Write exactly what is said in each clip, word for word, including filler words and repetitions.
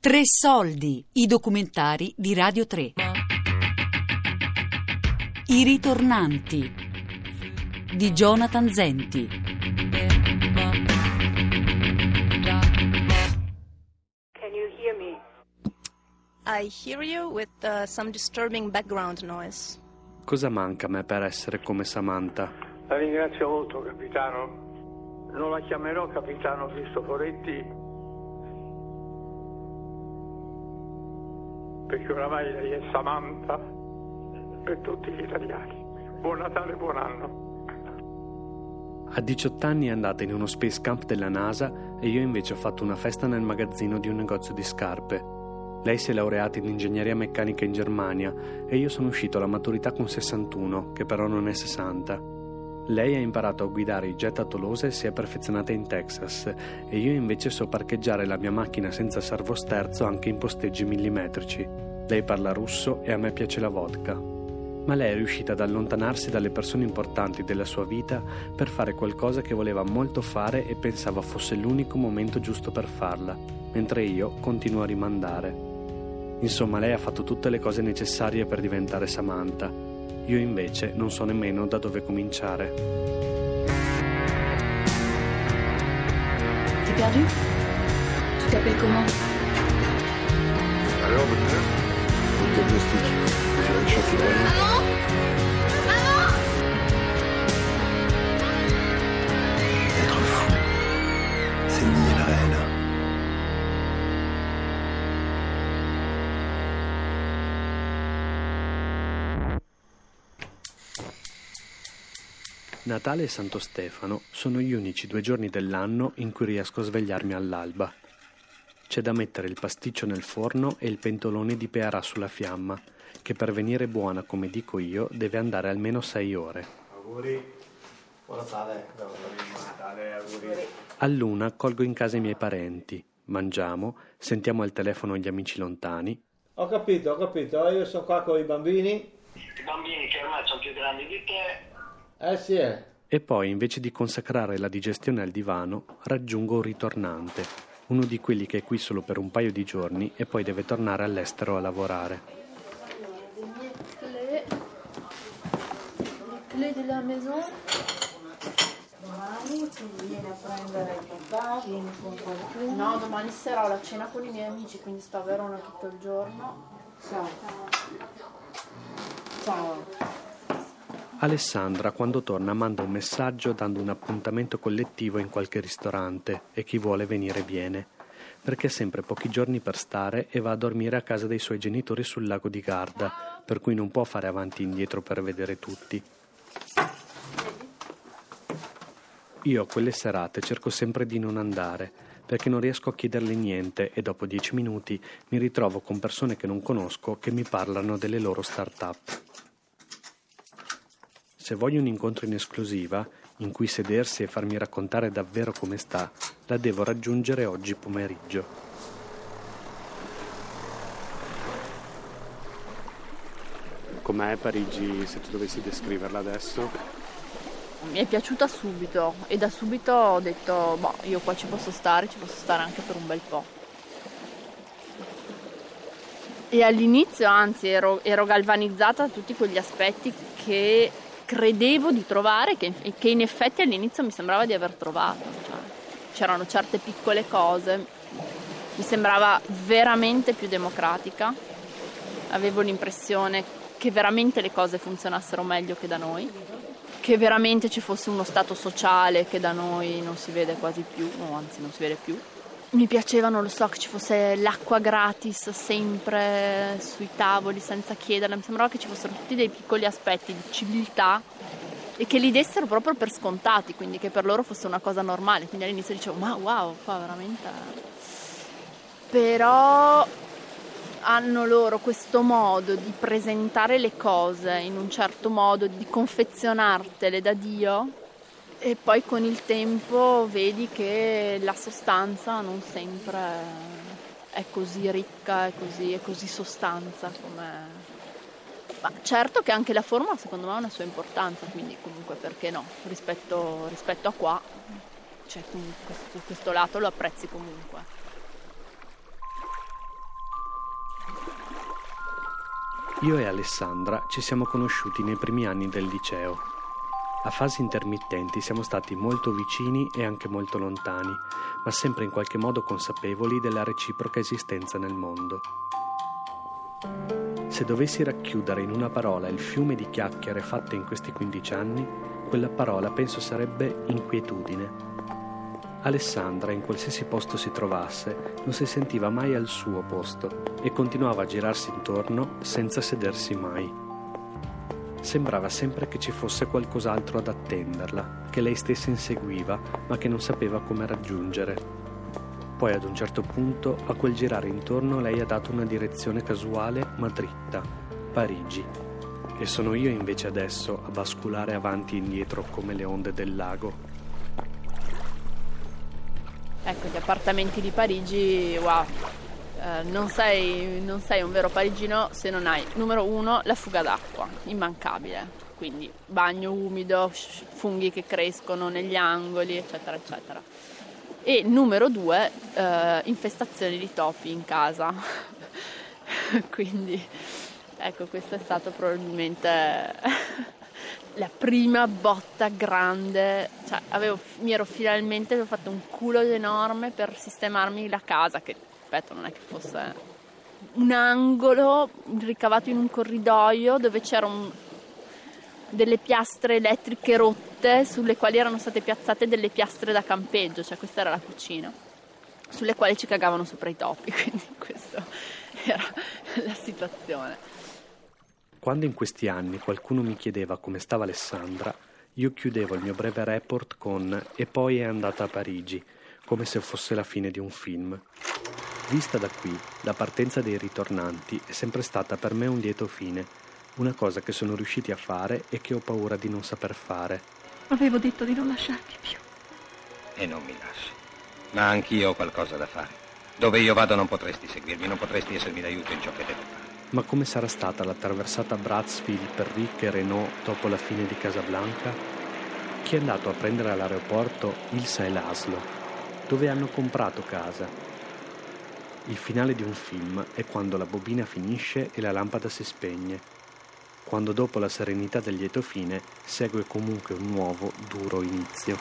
Tre soldi, i documentari di Radio tre. I ritornanti di Jonathan Zenti. Can you hear me? I hear you with uh, some disturbing background noise. Cosa manca a me per essere come Samantha? La ringrazio molto, capitano. Non la chiamerò capitano Cristoforetti, perché oramai lei è Samantha per tutti gli italiani. Buon Natale, buon anno. A diciotto anni è andata in uno space camp della NASA e io invece ho fatto una festa nel magazzino di un negozio di scarpe. Lei si è laureata in ingegneria meccanica in Germania e io sono uscito alla maturità con sessantuno, che però non è sessanta. Lei ha imparato a guidare i jet a Tolosa e si è perfezionata in Texas e io invece so parcheggiare la mia macchina senza servosterzo anche in posteggi millimetrici. Lei parla russo e a me piace la vodka. Ma lei è riuscita ad allontanarsi dalle persone importanti della sua vita per fare qualcosa che voleva molto fare e pensava fosse l'unico momento giusto per farla, mentre io continuo a rimandare. Insomma, lei ha fatto tutte le cose necessarie per diventare Samantha. Io invece non so nemmeno da dove cominciare. T'es perdu? Tu t'appelles comment? Alors maintenant, le diagnostic. J'ai une chance de gagner. Maman! Maman! Être fou, c'est nier le réel. Natale e Santo Stefano sono gli unici due giorni dell'anno in cui riesco a svegliarmi all'alba. C'è da mettere il pasticcio nel forno e il pentolone di pearà sulla fiamma, che per venire buona, come dico io, deve andare almeno sei ore. Auguri. Buon Natale. Buon Natale, auguri. All'una colgo in casa i miei parenti, mangiamo, sentiamo al telefono gli amici lontani. Ho capito, ho capito, io sono qua con i bambini. I bambini che ormai sono più grandi di te. Eh sì, eh. E poi, invece di consacrare la digestione al divano, raggiungo un ritornante, uno di quelli che è qui solo per un paio di giorni e poi deve tornare all'estero a lavorare. Le clé della maison. Domani tu vieni a prendere il papà, vieni con qualcuno. No, domani sera ho la cena con i miei amici, quindi sto a Verona tutto il giorno. Ciao. Ciao. Alessandra, quando torna, manda un messaggio dando un appuntamento collettivo in qualche ristorante e chi vuole venire viene, perché ha sempre pochi giorni per stare e va a dormire a casa dei suoi genitori sul lago di Garda, per cui non può fare avanti e indietro per vedere tutti. Io a quelle serate cerco sempre di non andare, perché non riesco a chiederle niente e dopo dieci minuti mi ritrovo con persone che non conosco che mi parlano delle loro start-up. Se voglio un incontro in esclusiva, in cui sedersi e farmi raccontare davvero come sta, la devo raggiungere oggi pomeriggio. Com'è Parigi, se tu dovessi descriverla adesso? Mi è piaciuta subito e da subito ho detto, boh, io qua ci posso stare, ci posso stare anche per un bel po'. E all'inizio, anzi, ero, ero galvanizzata da tutti quegli aspetti che credevo di trovare e che, che in effetti all'inizio mi sembrava di aver trovato. Cioè, c'erano certe piccole cose, mi sembrava veramente più democratica, avevo l'impressione che veramente le cose funzionassero meglio che da noi, che veramente ci fosse uno stato sociale che da noi non si vede quasi più, o anzi non si vede più. Mi piaceva, non lo so, che ci fosse l'acqua gratis sempre sui tavoli senza chiederla, mi sembrava che ci fossero tutti dei piccoli aspetti di civiltà e che li dessero proprio per scontati, quindi che per loro fosse una cosa normale, quindi all'inizio dicevo ma wow, qua veramente. Però hanno loro questo modo di presentare le cose in un certo modo, di confezionartele da Dio. E poi con il tempo vedi che la sostanza non sempre è così ricca, è così, è così sostanza come. Ma certo che anche la forma secondo me ha una sua importanza, quindi comunque perché no, rispetto, rispetto a qua, cioè, questo, questo lato lo apprezzi comunque. Io e Alessandra ci siamo conosciuti nei primi anni del liceo. A fasi intermittenti siamo stati molto vicini e anche molto lontani, ma sempre in qualche modo consapevoli della reciproca esistenza nel mondo. Se dovessi racchiudere in una parola il fiume di chiacchiere fatte in questi quindici anni, quella parola penso sarebbe inquietudine. Alessandra, in qualsiasi posto si trovasse, non si sentiva mai al suo posto e continuava a girarsi intorno senza sedersi mai. Sembrava sempre che ci fosse qualcos'altro ad attenderla, che lei stessa inseguiva, ma che non sapeva come raggiungere. Poi ad un certo punto, a quel girare intorno, lei ha dato una direzione casuale ma dritta: Parigi. E sono io invece adesso a basculare avanti e indietro come le onde del lago. Ecco, gli appartamenti di Parigi, wow, eh, non sei, non sei un vero parigino se non hai, numero uno, la fuga d'acqua, immancabile, quindi bagno umido, funghi che crescono negli angoli, eccetera, eccetera. E numero due, eh, infestazioni di topi in casa. Quindi, ecco, questo è stato probabilmente la prima botta grande, cioè avevo, mi ero finalmente avevo fatto un culo enorme per sistemarmi la casa, che ripeto non è che fosse un angolo ricavato in un corridoio dove c'erano delle piastre elettriche rotte sulle quali erano state piazzate delle piastre da campeggio, cioè questa era la cucina, sulle quali ci cagavano sopra i topi, quindi questa era la situazione. Quando in questi anni qualcuno mi chiedeva come stava Alessandra, io chiudevo il mio breve report con «e poi è andata a Parigi», come se fosse la fine di un film. Vista da qui, la partenza dei ritornanti è sempre stata per me un lieto fine, una cosa che sono riusciti a fare e che ho paura di non saper fare. Avevo detto di non lasciarti più. E non mi lasci. Ma anch'io ho qualcosa da fare. Dove io vado non potresti seguirmi, non potresti essermi d'aiuto in ciò che devo fare. Ma come sarà stata la traversata Brazzfield per Rick e Renault dopo la fine di Casablanca? Chi è andato a prendere all'aeroporto Ilsa e Laszlo? Dove hanno comprato casa? Il finale di un film è quando la bobina finisce e la lampada si spegne, quando dopo la serenità del lieto fine segue comunque un nuovo, duro inizio.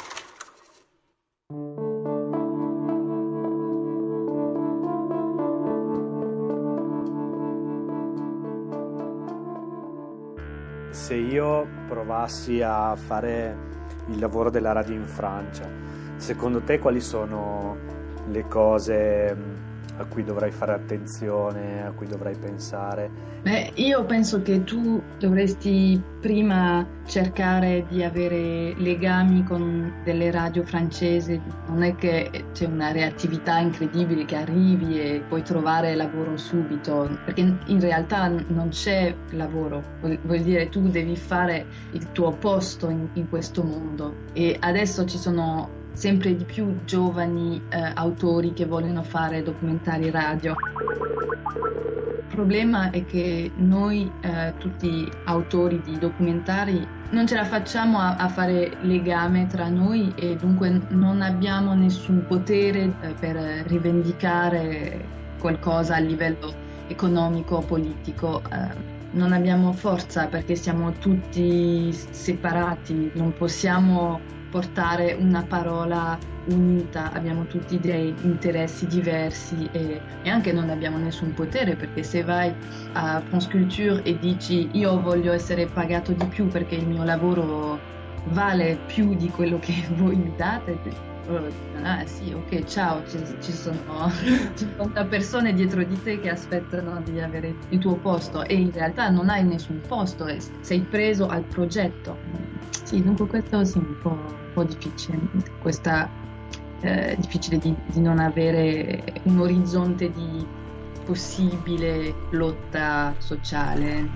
Se io provassi a fare il lavoro della radio in Francia, secondo te quali sono le cose a cui dovrai fare attenzione, a cui dovrai pensare? Beh, io penso che tu dovresti prima cercare di avere legami con delle radio francesi. Non è che c'è una reattività incredibile che arrivi e puoi trovare lavoro subito, perché in realtà non c'è lavoro. Vuol dire, tu devi fare il tuo posto in, in questo mondo. E adesso ci sono sempre di più giovani eh, autori che vogliono fare documentari radio. Il problema è che noi, eh, tutti autori di documentari, non ce la facciamo a, a fare legame tra noi e dunque non abbiamo nessun potere eh, per rivendicare qualcosa a livello economico, politico. Eh, non abbiamo forza perché siamo tutti separati, non possiamo portare una parola unita, abbiamo tutti dei interessi diversi e, e anche non abbiamo nessun potere, perché se vai a France Culture e dici io voglio essere pagato di più perché il mio lavoro vale più di quello che voi mi date, ah sì, ok, ciao, ci, ci sono cinquanta persone dietro di te che aspettano di avere il tuo posto e in realtà non hai nessun posto e sei preso al progetto. Sì, dunque questo sì, un po', un po' difficile, questa eh, difficile di, di non avere un orizzonte di possibile lotta sociale.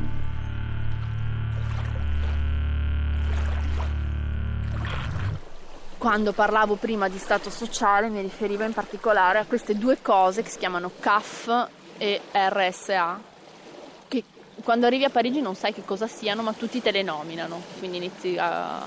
Quando parlavo prima di stato sociale mi riferivo in particolare a queste due cose che si chiamano C A F e R S A, che quando arrivi a Parigi non sai che cosa siano, ma tutti te le nominano, quindi inizi a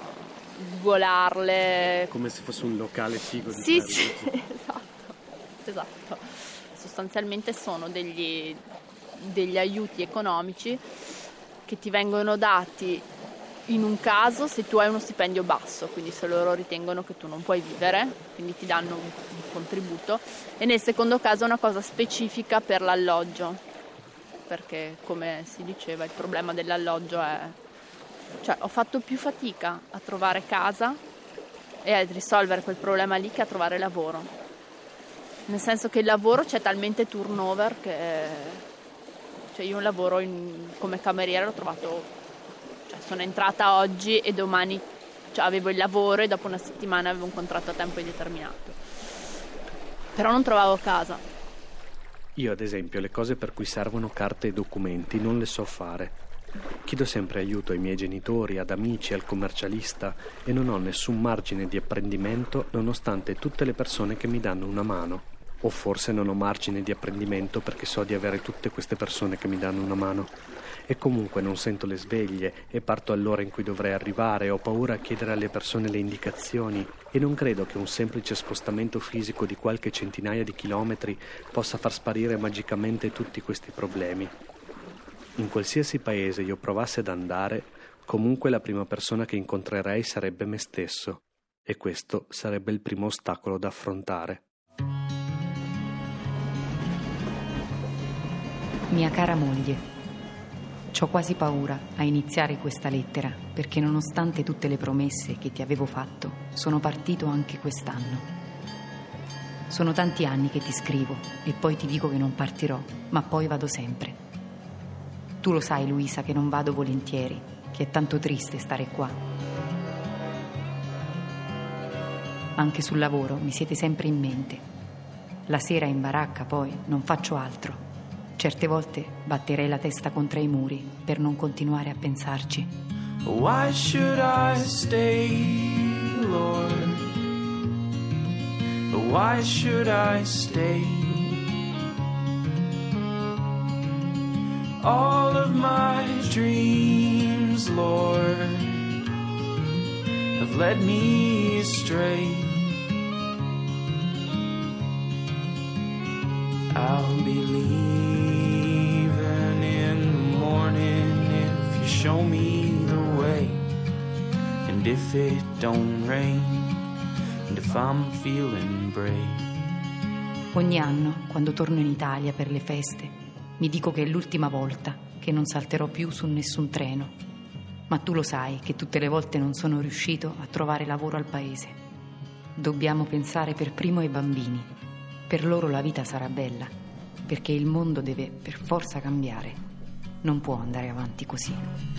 golarle. Come se fosse un locale figo di Sì, sì, esatto, esatto. Sostanzialmente sono degli, degli aiuti economici che ti vengono dati in un caso se tu hai uno stipendio basso, quindi se loro ritengono che tu non puoi vivere, quindi ti danno un, un contributo, e nel secondo caso una cosa specifica per l'alloggio, perché come si diceva il problema dell'alloggio è, cioè ho fatto più fatica a trovare casa e a risolvere quel problema lì che a trovare lavoro, nel senso che il lavoro c'è talmente turnover che, cioè io un lavoro in, come cameriera l'ho trovato. Cioè, sono entrata oggi e domani, cioè, avevo il lavoro e dopo una settimana avevo un contratto a tempo indeterminato. Però non trovavo casa. Io, ad esempio, le cose per cui servono carte e documenti non le so fare. Chiedo sempre aiuto ai miei genitori, ad amici, al commercialista e non ho nessun margine di apprendimento nonostante tutte le persone che mi danno una mano. O forse non ho margine di apprendimento perché so di avere tutte queste persone che mi danno una mano. E comunque non sento le sveglie e parto all'ora in cui dovrei arrivare, ho paura a chiedere alle persone le indicazioni e non credo che un semplice spostamento fisico di qualche centinaia di chilometri possa far sparire magicamente tutti questi problemi. In qualsiasi paese io provassi ad andare, comunque la prima persona che incontrerei sarebbe me stesso e questo sarebbe il primo ostacolo da affrontare. Mia cara moglie, c'ho quasi paura a iniziare questa lettera perché nonostante tutte le promesse che ti avevo fatto, sono partito anche quest'anno. Sono tanti anni che ti scrivo e poi ti dico che non partirò, ma poi vado sempre. Tu lo sai, Luisa, che non vado volentieri, che è tanto triste stare qua. Anche sul lavoro mi siete sempre in mente. La sera in baracca poi non faccio altro. Certe volte batterei la testa contro i muri per non continuare a pensarci. Why should I stay, Lord? Why should I stay? All of my dreams, Lord, have led me astray. I'll be leaving in the morning if you show me the way, and if it don't rain, and if I'm feeling brave. Ogni anno, quando torno in Italia per le feste, mi dico che è l'ultima volta che non salterò più su nessun treno. Ma tu lo sai che tutte le volte non sono riuscito a trovare lavoro al paese. Dobbiamo pensare per primo ai bambini. Per loro la vita sarà bella, perché il mondo deve per forza cambiare. Non può andare avanti così.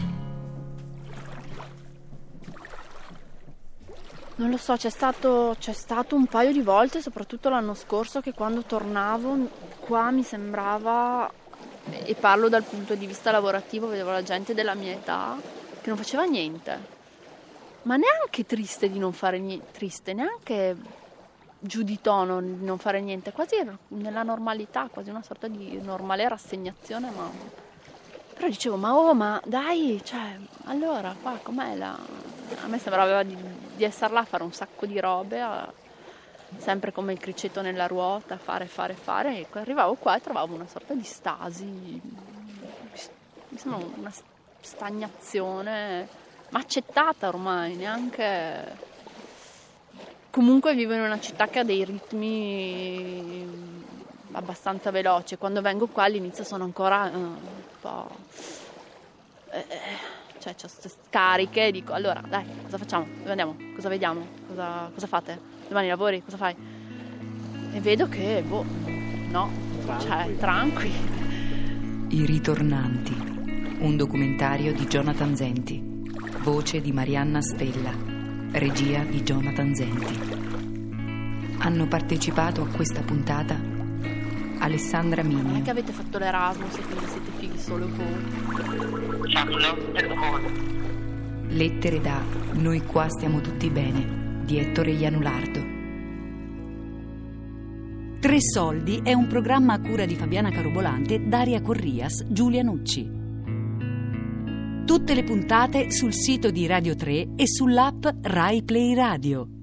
Non lo so, c'è stato, c'è stato un paio di volte, soprattutto l'anno scorso, che quando tornavo qua mi sembrava, e parlo dal punto di vista lavorativo, vedevo la gente della mia età che non faceva niente. Ma neanche triste di non fare niente, triste, neanche giù di tono di non fare niente, quasi nella normalità, quasi una sorta di normale rassegnazione, ma però dicevo, ma oh, ma dai, cioè, allora qua com'è la... A me sembrava di, di essere là a fare un sacco di robe, a... sempre come il criceto nella ruota, fare, fare, fare, e arrivavo qua e trovavo una sorta di stasi, mi sembra una stagnazione, ma accettata ormai, neanche... Comunque vivo in una città che ha dei ritmi abbastanza veloci. Quando vengo qua all'inizio sono ancora uh, un po'... Eh, cioè c'ho queste scariche e dico, allora dai, cosa facciamo? Dove andiamo? Cosa vediamo? Cosa, cosa fate? Domani lavori? Cosa fai? E vedo che, boh, no, tranqui. Cioè, tranqui. I ritornanti, un documentario di Jonathan Zenti, voce di Marianna Stella. Regia di Jonathan Zenti. Hanno partecipato a questa puntata Alessandra Minio. Non è che avete fatto l'Erasmus e quindi siete fighi solo voi. Lettere da Noi qua stiamo tutti bene di Ettore Ianulardo. Tre soldi è un programma a cura di Fabiana Carobolante, Daria Corrias, Giulia Nucci. Tutte le puntate sul sito di Radio tre e sull'app Rai Play Radio.